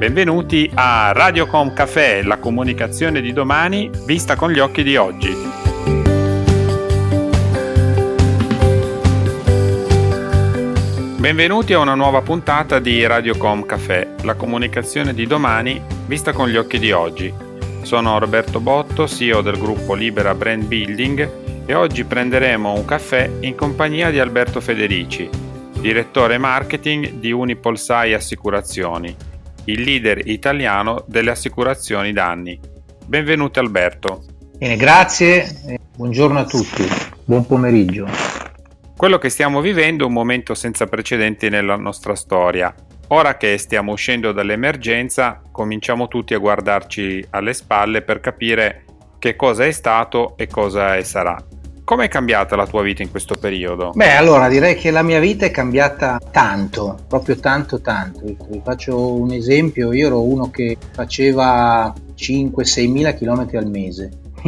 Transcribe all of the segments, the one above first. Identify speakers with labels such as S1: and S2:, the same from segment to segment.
S1: Benvenuti a Radiocom Café, la comunicazione di domani vista con gli occhi di oggi. Benvenuti a una nuova puntata di Radiocom Café, la comunicazione di domani vista con gli occhi di oggi. Sono Roberto Botto, CEO del gruppo Libera Brand Building e oggi prenderemo un caffè in compagnia di Alberto Federici, direttore marketing di UnipolSai Assicurazioni, il leader italiano delle assicurazioni danni. Benvenuto Alberto.
S2: Bene, grazie, buongiorno a tutti, buon pomeriggio.
S1: Quello che stiamo vivendo è un momento senza precedenti nella nostra storia. Ora che stiamo uscendo dall'emergenza, cominciamo tutti a guardarci alle spalle per capire che cosa è stato e cosa sarà. Come è cambiata la tua vita in questo periodo?
S2: Allora direi che la mia vita è cambiata tanto, proprio tanto. Vi faccio un esempio: io ero uno che faceva 5-6 mila chilometri al mese.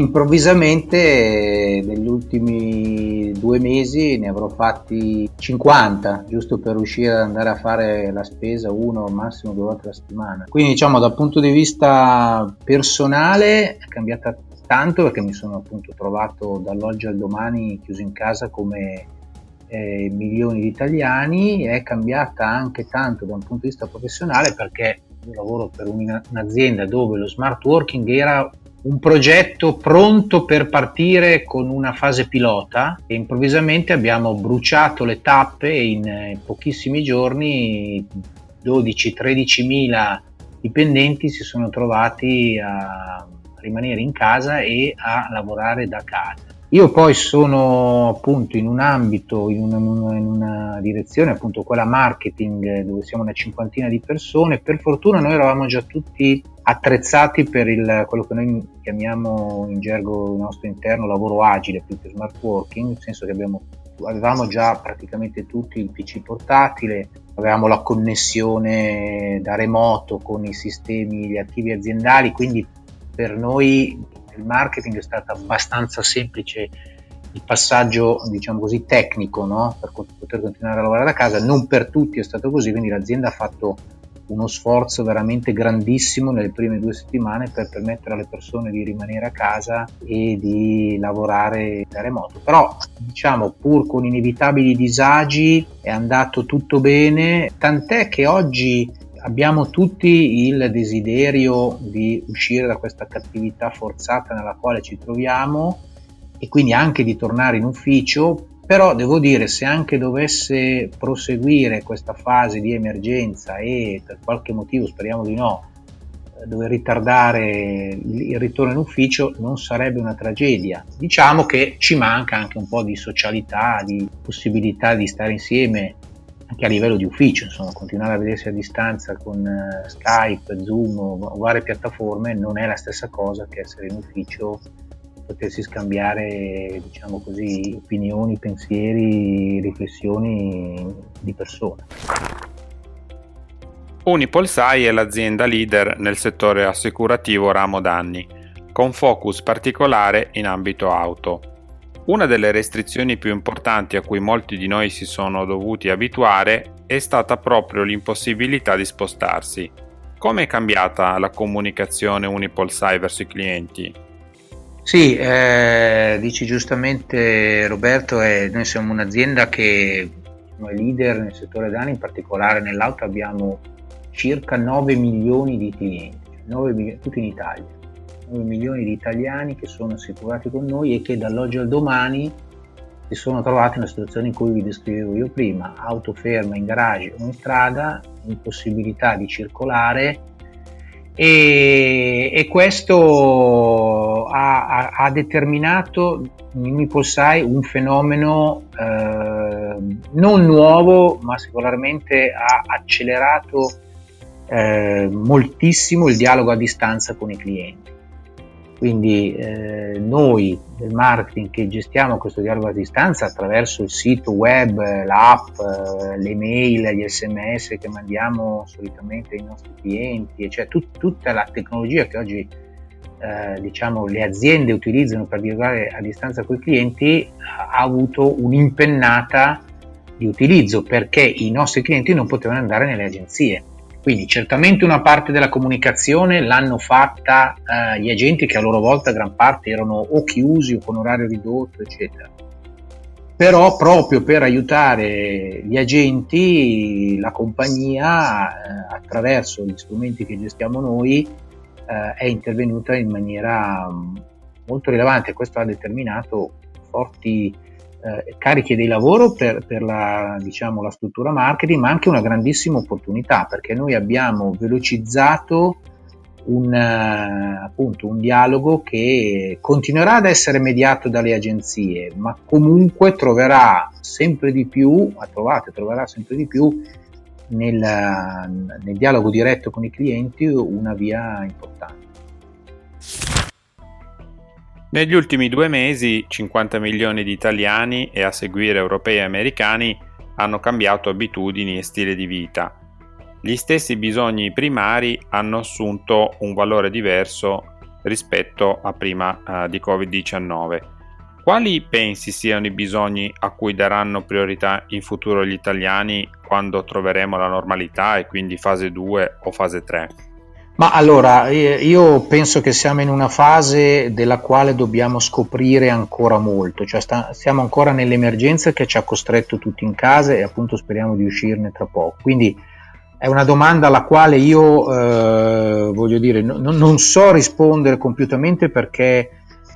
S2: Improvvisamente negli ultimi 2 mesi ne avrò fatti 50, giusto per riuscire ad andare a fare la spesa 1 massimo 2 volte alla settimana. Quindi diciamo dal punto di vista personale è cambiata tanto, perché mi sono appunto trovato dall'oggi al domani chiuso in casa come milioni di italiani. È cambiata anche tanto da un punto di vista professionale, perché io lavoro per un'azienda dove lo smart working era un progetto pronto per partire con una fase pilota e improvvisamente abbiamo bruciato le tappe e in pochissimi giorni 12-13 mila dipendenti si sono trovati a rimanere in casa e a lavorare da casa. Io poi sono appunto in un ambito, in una direzione appunto quella marketing, dove siamo una cinquantina di persone. Per fortuna noi eravamo già tutti attrezzati per quello che noi chiamiamo in gergo nostro interno lavoro agile, più che smart working, nel senso che avevamo già praticamente tutti il PC portatile, avevamo la connessione da remoto con i sistemi gli attivi aziendali, quindi per noi il marketing è stato abbastanza semplice il passaggio, diciamo così, tecnico, no? Per poter continuare a lavorare da casa. Non per tutti è stato così, quindi l'azienda ha fatto uno sforzo veramente grandissimo nelle prime 2 settimane per permettere alle persone di rimanere a casa e di lavorare da remoto. Però diciamo, pur con inevitabili disagi, è andato tutto bene, tant'è che oggi abbiamo tutti il desiderio di uscire da questa cattività forzata nella quale ci troviamo e quindi anche di tornare in ufficio. Però devo dire, se anche dovesse proseguire questa fase di emergenza e per qualche motivo, speriamo di no, dover ritardare il ritorno in ufficio, non sarebbe una tragedia. Diciamo che ci manca anche un po' di socialità, di possibilità di stare insieme anche a livello di ufficio, insomma, continuare a vedersi a distanza con Skype, Zoom o varie piattaforme non è la stessa cosa che essere in ufficio, potersi scambiare, diciamo così, opinioni, pensieri, riflessioni di persona.
S1: UnipolSai è l'azienda leader nel settore assicurativo ramo danni, con focus particolare in ambito auto. Una delle restrizioni più importanti a cui molti di noi si sono dovuti abituare è stata proprio l'impossibilità di spostarsi. Come è cambiata la comunicazione UnipolSai verso i clienti?
S2: Sì, dici giustamente Roberto, noi siamo un'azienda che è leader nel settore danni, in particolare nell'auto abbiamo circa 9 milioni di clienti, tutti in Italia. 9 milioni di italiani che sono assicurati con noi e che dall'oggi al domani si sono trovati nella situazione in cui vi descrivevo io prima: auto ferma in garage o in strada, impossibilità di circolare, e questo ha determinato in UnipolSai un fenomeno non nuovo, ma sicuramente ha accelerato moltissimo il dialogo a distanza con i clienti. Quindi noi del marketing che gestiamo questo dialogo a distanza attraverso il sito web, l'app, le mail, gli SMS che mandiamo solitamente ai nostri clienti, cioè tutta la tecnologia che oggi diciamo le aziende utilizzano per dialogare a distanza con i clienti, ha avuto un'impennata di utilizzo, perché i nostri clienti non potevano andare nelle agenzie. Quindi certamente una parte della comunicazione l'hanno fatta gli agenti, che a loro volta gran parte erano o chiusi o con orario ridotto, eccetera. Però proprio per aiutare gli agenti, la compagnia, attraverso gli strumenti che gestiamo noi, è intervenuta in maniera molto rilevante. Questo ha determinato forti cariche di lavoro per la struttura marketing, ma anche una grandissima opportunità, perché noi abbiamo velocizzato un dialogo che continuerà ad essere mediato dalle agenzie, ma comunque troverà sempre di più nel dialogo diretto con i clienti una via importante.
S1: Negli ultimi 2 mesi 50 milioni di italiani e a seguire europei e americani hanno cambiato abitudini e stile di vita. Gli stessi bisogni primari hanno assunto un valore diverso rispetto a prima di Covid-19. Quali pensi siano i bisogni a cui daranno priorità in futuro gli italiani quando troveremo la normalità e quindi fase 2 o fase 3?
S2: Ma allora, io penso che siamo in una fase della quale dobbiamo scoprire ancora molto, cioè siamo ancora nell'emergenza che ci ha costretto tutti in casa e appunto speriamo di uscirne tra poco. Quindi è una domanda alla quale io non so rispondere compiutamente, perché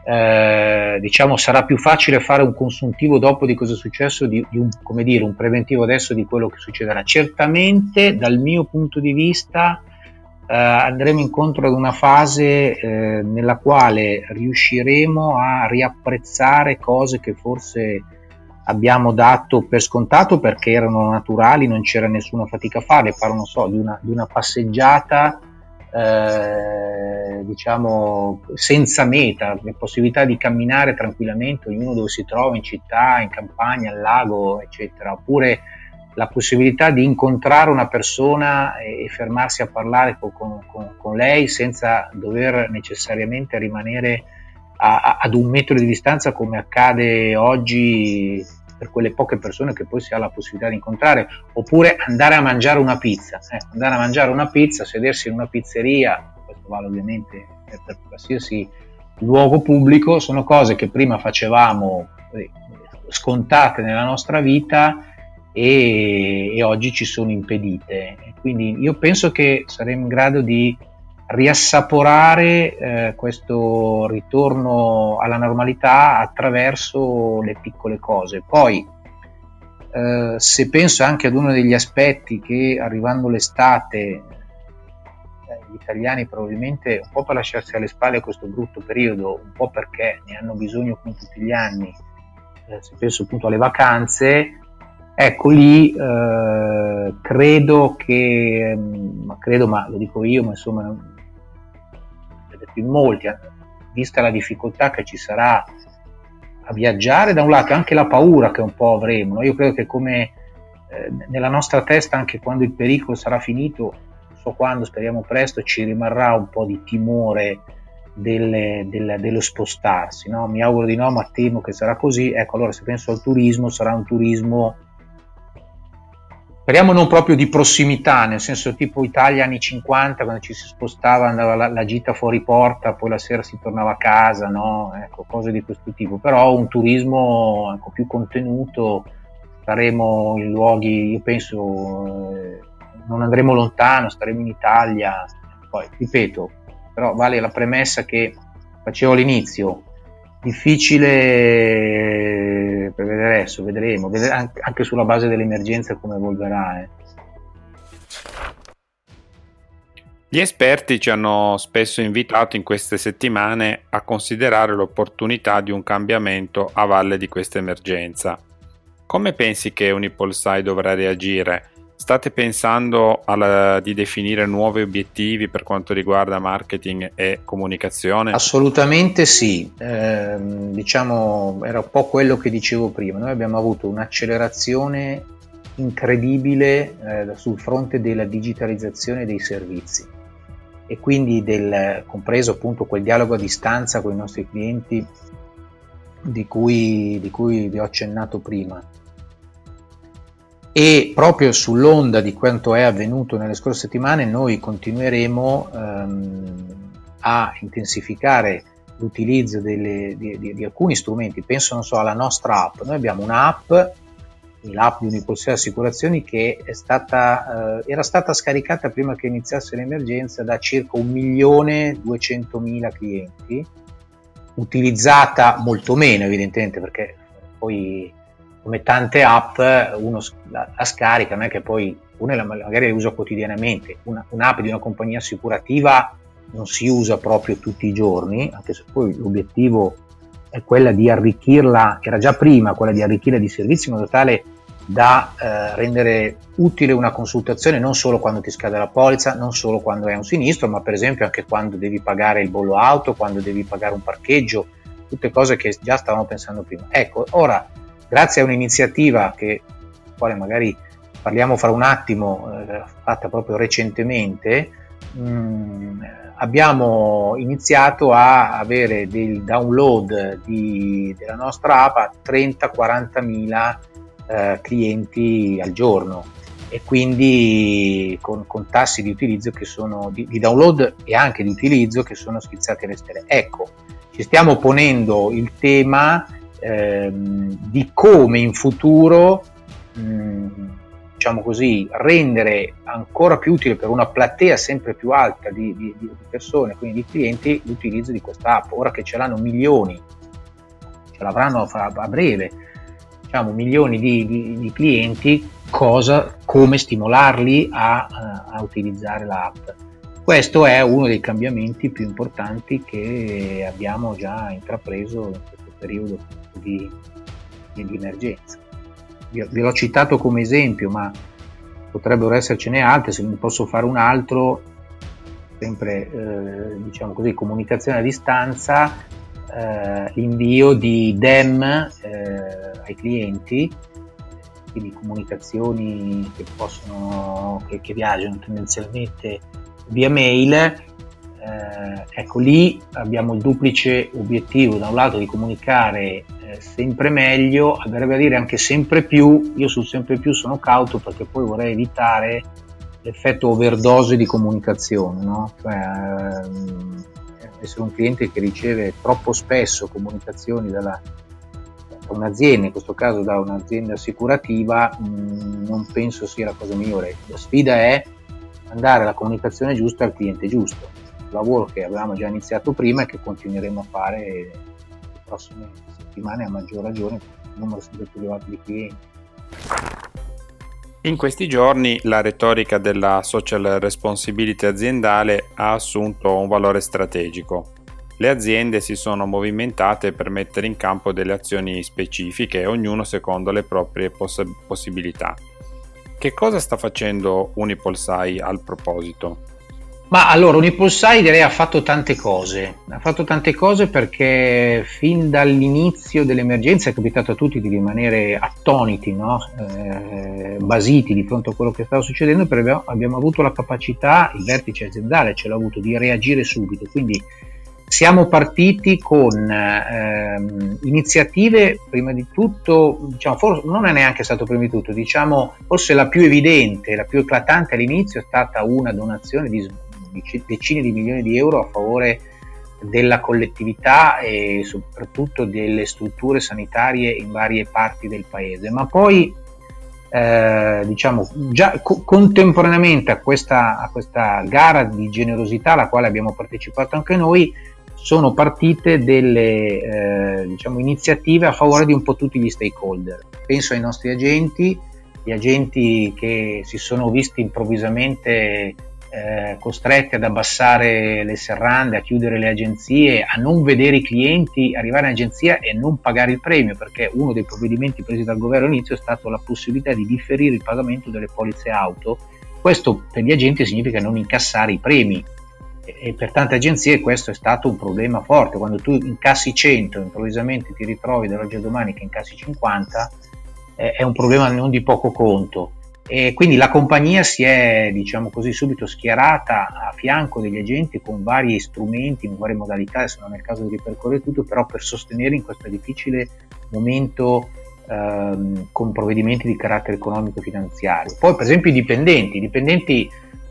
S2: sarà più facile fare un consuntivo dopo di cosa è successo di un preventivo adesso di quello che succederà. Certamente dal mio punto di vista andremo incontro ad una fase nella quale riusciremo a riapprezzare cose che forse abbiamo dato per scontato perché erano naturali, non c'era nessuna fatica a farle. Parlo, di una passeggiata senza meta, la possibilità di camminare tranquillamente ognuno dove si trova, in città, in campagna, al lago, eccetera, oppure la possibilità di incontrare una persona e fermarsi a parlare con lei senza dover necessariamente rimanere ad 1 metro di distanza, come accade oggi per quelle poche persone che poi si ha la possibilità di incontrare, oppure andare a mangiare una pizza, sedersi in una pizzeria. Questo vale ovviamente per qualsiasi luogo pubblico. Sono cose che prima facevamo scontate nella nostra vita e oggi ci sono impedite. Quindi io penso che saremo in grado di riassaporare questo ritorno alla normalità attraverso le piccole cose. Poi se penso anche ad uno degli aspetti, che arrivando l'estate gli italiani probabilmente, un po' per lasciarsi alle spalle questo brutto periodo, un po' perché ne hanno bisogno come tutti gli anni, se penso appunto alle vacanze, ecco lì credo, ma lo dico io, ma insomma l'ho detto in molti, vista la difficoltà che ci sarà a viaggiare da un lato, anche la paura che un po' avremo, no? Io credo che come nella nostra testa, anche quando il pericolo sarà finito, non so quando, speriamo presto, ci rimarrà un po' di timore dello spostarsi, no? Mi auguro di no, ma temo che sarà così. Ecco, allora se penso al turismo, sarà un turismo, speriamo non proprio di prossimità, nel senso tipo Italia anni 50, quando ci si spostava, andava la gita fuori porta, poi la sera si tornava a casa, no? Ecco, cose di questo tipo. Però un turismo più contenuto, staremo in luoghi, io penso, non andremo lontano, staremo in Italia. Poi, ripeto, però vale la premessa che facevo all'inizio, difficile per vedere adesso, vedremo anche sulla base dell'emergenza come evolverà.
S1: Gli esperti ci hanno spesso invitato in queste settimane a considerare l'opportunità di un cambiamento a valle di questa emergenza. Come pensi che UnipolSai dovrà reagire? State pensando di definire nuovi obiettivi per quanto riguarda marketing e comunicazione?
S2: Assolutamente sì, era un po' quello che dicevo prima. Noi abbiamo avuto un'accelerazione incredibile sul fronte della digitalizzazione dei servizi e quindi compreso appunto quel dialogo a distanza con i nostri clienti di cui vi ho accennato prima. E proprio sull'onda di quanto è avvenuto nelle scorse settimane noi continueremo a intensificare l'utilizzo di alcuni strumenti. Penso, non so, alla nostra app. Noi abbiamo un'app, l'app di Unipolsai Assicurazioni, che era stata scaricata prima che iniziasse l'emergenza da circa 1.200.000 clienti, utilizzata molto meno evidentemente, perché poi come tante app uno la scarica, non è che poi uno magari la usa quotidianamente. Un'app di una compagnia assicurativa non si usa proprio tutti i giorni, anche se poi l'obiettivo è quella di arricchirla, era già prima quella di arricchirla di servizi in modo tale da rendere utile una consultazione non solo quando ti scade la polizza, non solo quando è un sinistro, ma per esempio anche quando devi pagare il bollo auto, quando devi pagare un parcheggio, tutte cose che già stavamo pensando prima. Ecco, ora grazie a un'iniziativa che quale magari parliamo fra un attimo, fatta proprio recentemente, abbiamo iniziato a avere del download della nostra app a 30-40 mila clienti al giorno, e quindi con tassi di utilizzo che sono di download e anche di utilizzo che sono schizzati alle stelle. Ecco, ci stiamo ponendo il tema di come in futuro diciamo così, rendere ancora più utile per una platea sempre più alta di persone, quindi di clienti, l'utilizzo di questa app. Ora che ce l'hanno milioni, ce l'avranno a breve, diciamo milioni di clienti, come stimolarli a utilizzare l'app. Questo è uno dei cambiamenti più importanti che abbiamo già intrapreso in questo periodo di emergenza. Ve l'ho citato come esempio, ma potrebbero essercene altre. Se ne posso fare un altro, sempre diciamo così, comunicazione a distanza, l'invio di DEM ai clienti, quindi comunicazioni che viaggiano tendenzialmente via mail. Ecco, lì abbiamo il duplice obiettivo: da un lato di comunicare sempre meglio, andrebbe a dire anche sempre più. Io sul sempre più sono cauto, perché poi vorrei evitare l'effetto overdose di comunicazione, no? Cioè, essere un cliente che riceve troppo spesso comunicazioni da un'azienda, in questo caso da un'azienda assicurativa, non penso sia la cosa migliore. La sfida è mandare la comunicazione giusta al cliente giusto, lavoro che avevamo già iniziato prima e che continueremo a fare le prossime settimane, a maggior ragione con un numero sempre più elevato di clienti.
S1: In questi giorni la retorica della social responsibility aziendale ha assunto un valore strategico. Le aziende si sono movimentate per mettere in campo delle azioni specifiche, ognuno secondo le proprie possibilità. Che cosa sta facendo Unipolsai al proposito?
S2: Ma allora, Unipolsai direi ha fatto tante cose perché fin dall'inizio dell'emergenza è capitato a tutti di rimanere attoniti, no? Basiti di fronte a quello che stava succedendo, perché abbiamo avuto la capacità, il vertice aziendale ce l'ha avuto, di reagire subito. Quindi siamo partiti con iniziative, prima di tutto, diciamo, forse non è neanche stato prima di tutto, diciamo, forse la più evidente, la più eclatante all'inizio è stata una donazione di decine di milioni di euro a favore della collettività e soprattutto delle strutture sanitarie in varie parti del paese. Ma poi diciamo già contemporaneamente a questa gara di generosità alla quale abbiamo partecipato anche noi, sono partite delle diciamo iniziative a favore di un po' tutti gli stakeholder. Penso ai nostri agenti, gli agenti che si sono visti improvvisamente costretti ad abbassare le serrande, a chiudere le agenzie, a non vedere i clienti arrivare in agenzia e non pagare il premio, perché uno dei provvedimenti presi dal governo all'inizio è stato la possibilità di differire il pagamento delle polizze auto. Questo per gli agenti significa non incassare i premi, e per tante agenzie questo è stato un problema forte. Quando tu incassi 100 improvvisamente ti ritrovi dall'oggi al domani che incassi 50, è un problema non di poco conto. E quindi la compagnia si è, diciamo così, subito schierata a fianco degli agenti con vari strumenti, in varie modalità. Adesso non è il caso di ripercorrere tutto, però per sostenere in questo difficile momento con provvedimenti di carattere economico-finanziario. Poi per esempio i dipendenti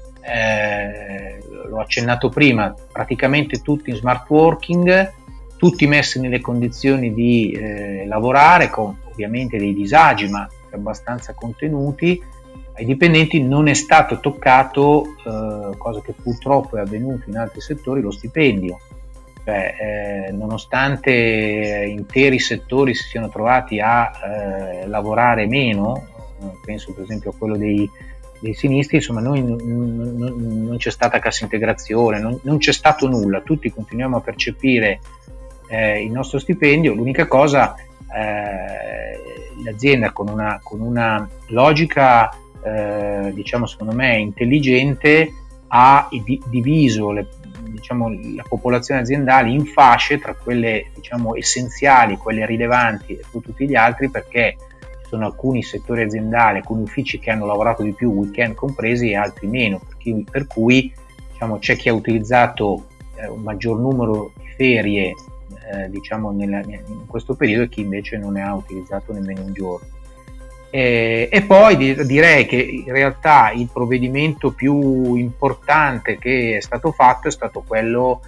S2: l'ho accennato prima, praticamente tutti in smart working, tutti messi nelle condizioni di lavorare, con ovviamente dei disagi ma abbastanza contenuti. Ai dipendenti non è stato toccato, cosa che purtroppo è avvenuto in altri settori, lo stipendio. Cioè, nonostante interi settori si siano trovati a lavorare meno, penso per esempio a quello dei sinistri, insomma noi non c'è stata cassa integrazione, non c'è stato nulla, tutti continuiamo a percepire il nostro stipendio. L'unica cosa, l'azienda con una logica diciamo secondo me intelligente ha diviso la popolazione aziendale in fasce, tra quelle diciamo essenziali, quelle rilevanti e poi tutti gli altri, perché ci sono alcuni settori aziendali, alcuni uffici che hanno lavorato di più, weekend compresi, e altri meno, per cui diciamo c'è chi ha utilizzato un maggior numero di ferie diciamo in questo periodo e chi invece non ne ha utilizzato nemmeno un giorno. E poi direi che in realtà il provvedimento più importante che è stato fatto è stato quello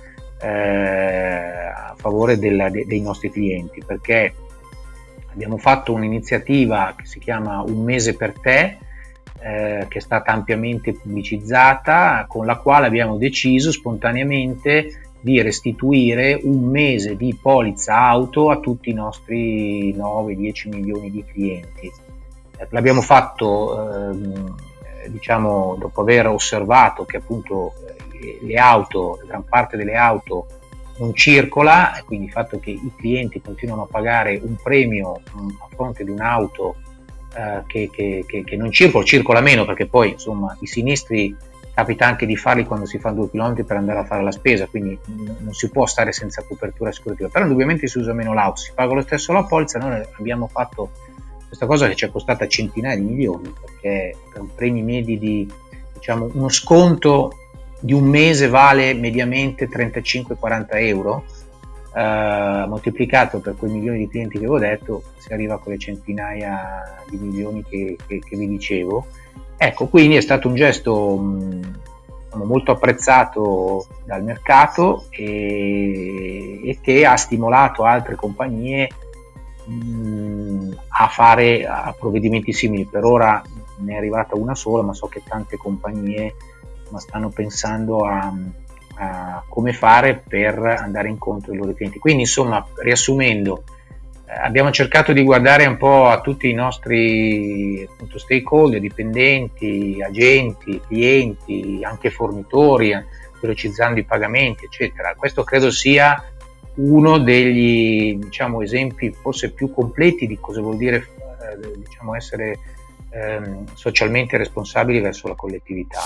S2: a favore dei nostri clienti, perché abbiamo fatto un'iniziativa che si chiama Un mese per te, che è stata ampiamente pubblicizzata, con la quale abbiamo deciso spontaneamente di restituire un mese di polizza auto a tutti i nostri 9-10 milioni di clienti. L'abbiamo fatto diciamo dopo aver osservato che appunto gran parte delle auto non circola, e quindi il fatto che i clienti continuano a pagare un premio a fronte di un'auto che non circola meno, perché poi insomma i sinistri capita anche di farli quando si fanno 2 km per andare a fare la spesa, quindi non si può stare senza copertura assicurativa, però indubbiamente si usa meno l'auto, si paga lo stesso la polizza. Noi abbiamo fatto questa cosa che ci è costata centinaia di milioni, perché per premi medi di diciamo uno sconto di un mese vale mediamente 35-40 euro, moltiplicato per quei milioni di clienti che avevo detto, si arriva a quelle centinaia di milioni che vi dicevo. Ecco, quindi è stato un gesto molto apprezzato dal mercato e che ha stimolato altre compagnie a fare provvedimenti simili. Per ora ne è arrivata una sola, ma so che tante compagnie stanno pensando a come fare per andare incontro ai loro clienti. Quindi insomma, riassumendo, abbiamo cercato di guardare un po' a tutti i nostri appunto stakeholder, dipendenti, agenti, clienti, anche fornitori, velocizzando i pagamenti eccetera. Questo credo sia uno degli diciamo esempi forse più completi di cosa vuol dire diciamo essere socialmente responsabili verso la collettività.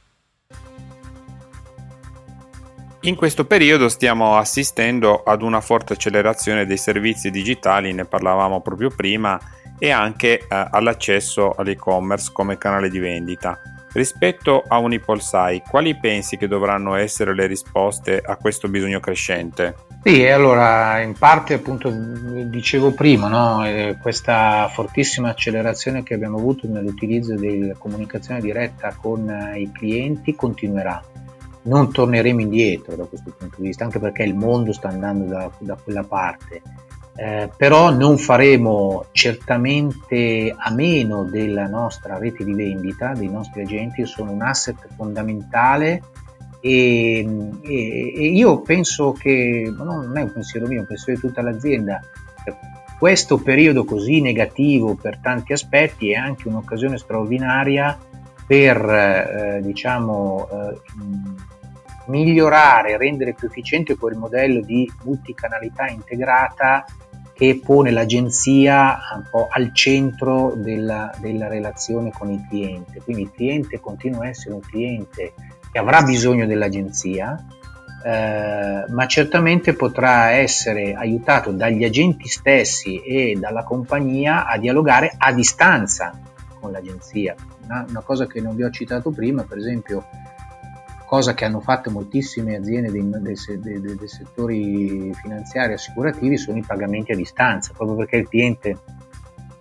S1: In questo periodo stiamo assistendo ad una forte accelerazione dei servizi digitali, ne parlavamo proprio prima, e anche all'accesso all'e-commerce come canale di vendita. Rispetto a Unipolsai, quali pensi che dovranno essere le risposte a questo bisogno crescente?
S2: Sì, allora in parte appunto dicevo prima, no? Questa fortissima accelerazione che abbiamo avuto nell'utilizzo della comunicazione diretta con i clienti continuerà. Non torneremo indietro da questo punto di vista, anche perché il mondo sta andando da quella parte, però non faremo certamente a meno della nostra rete di vendita, dei nostri agenti. Sono un asset fondamentale e io penso che, non è un pensiero mio, è un pensiero di tutta l'azienda, questo periodo così negativo per tanti aspetti è anche un'occasione straordinaria per migliorare, rendere più efficiente quel modello di multicanalità integrata che pone l'agenzia un po' al centro della relazione con il cliente. Quindi il cliente continua a essere un cliente che avrà bisogno dell'agenzia, ma certamente potrà essere aiutato dagli agenti stessi e dalla compagnia a dialogare a distanza con l'agenzia. Una cosa che non vi ho citato prima, per esempio, cosa che hanno fatto moltissime aziende dei settori finanziari e assicurativi, sono i pagamenti a distanza, proprio perché il cliente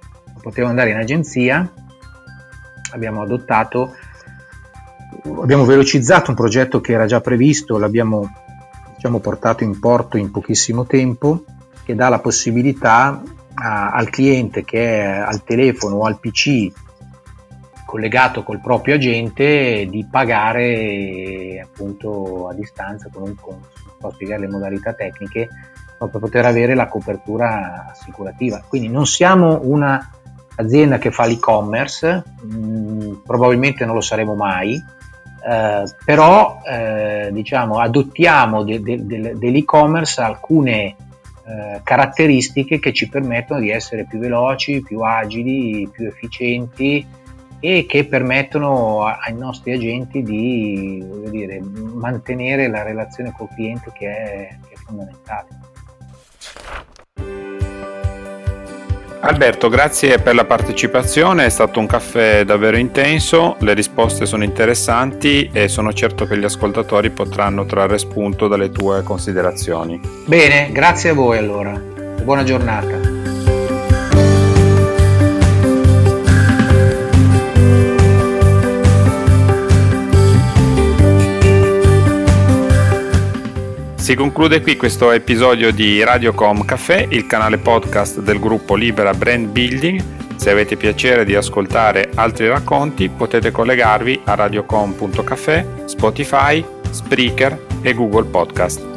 S2: potevo andare in agenzia, abbiamo velocizzato un progetto che era già previsto, l'abbiamo portato in porto in pochissimo tempo, che dà la possibilità al cliente che è al telefono o al PC collegato col proprio agente di pagare appunto a distanza con un conto. Posso spiegare le modalità tecniche proprio per poter avere la copertura assicurativa. Quindi non siamo una azienda che fa l'e-commerce, probabilmente non lo saremo mai, però adottiamo dell'e-commerce alcune caratteristiche che ci permettono di essere più veloci, più agili, più efficienti e che permettono ai nostri agenti di mantenere la relazione col cliente che è fondamentale.
S1: Alberto, grazie per la partecipazione, è stato un caffè davvero intenso, le risposte sono interessanti e sono certo che gli ascoltatori potranno trarre spunto dalle tue considerazioni.
S2: Bene, grazie a voi allora, buona giornata.
S1: Si conclude qui questo episodio di Radiocom Café, il canale podcast del gruppo Libera Brand Building. Se avete piacere di ascoltare altri racconti, potete collegarvi a radiocom.café, Spotify, Spreaker e Google Podcast.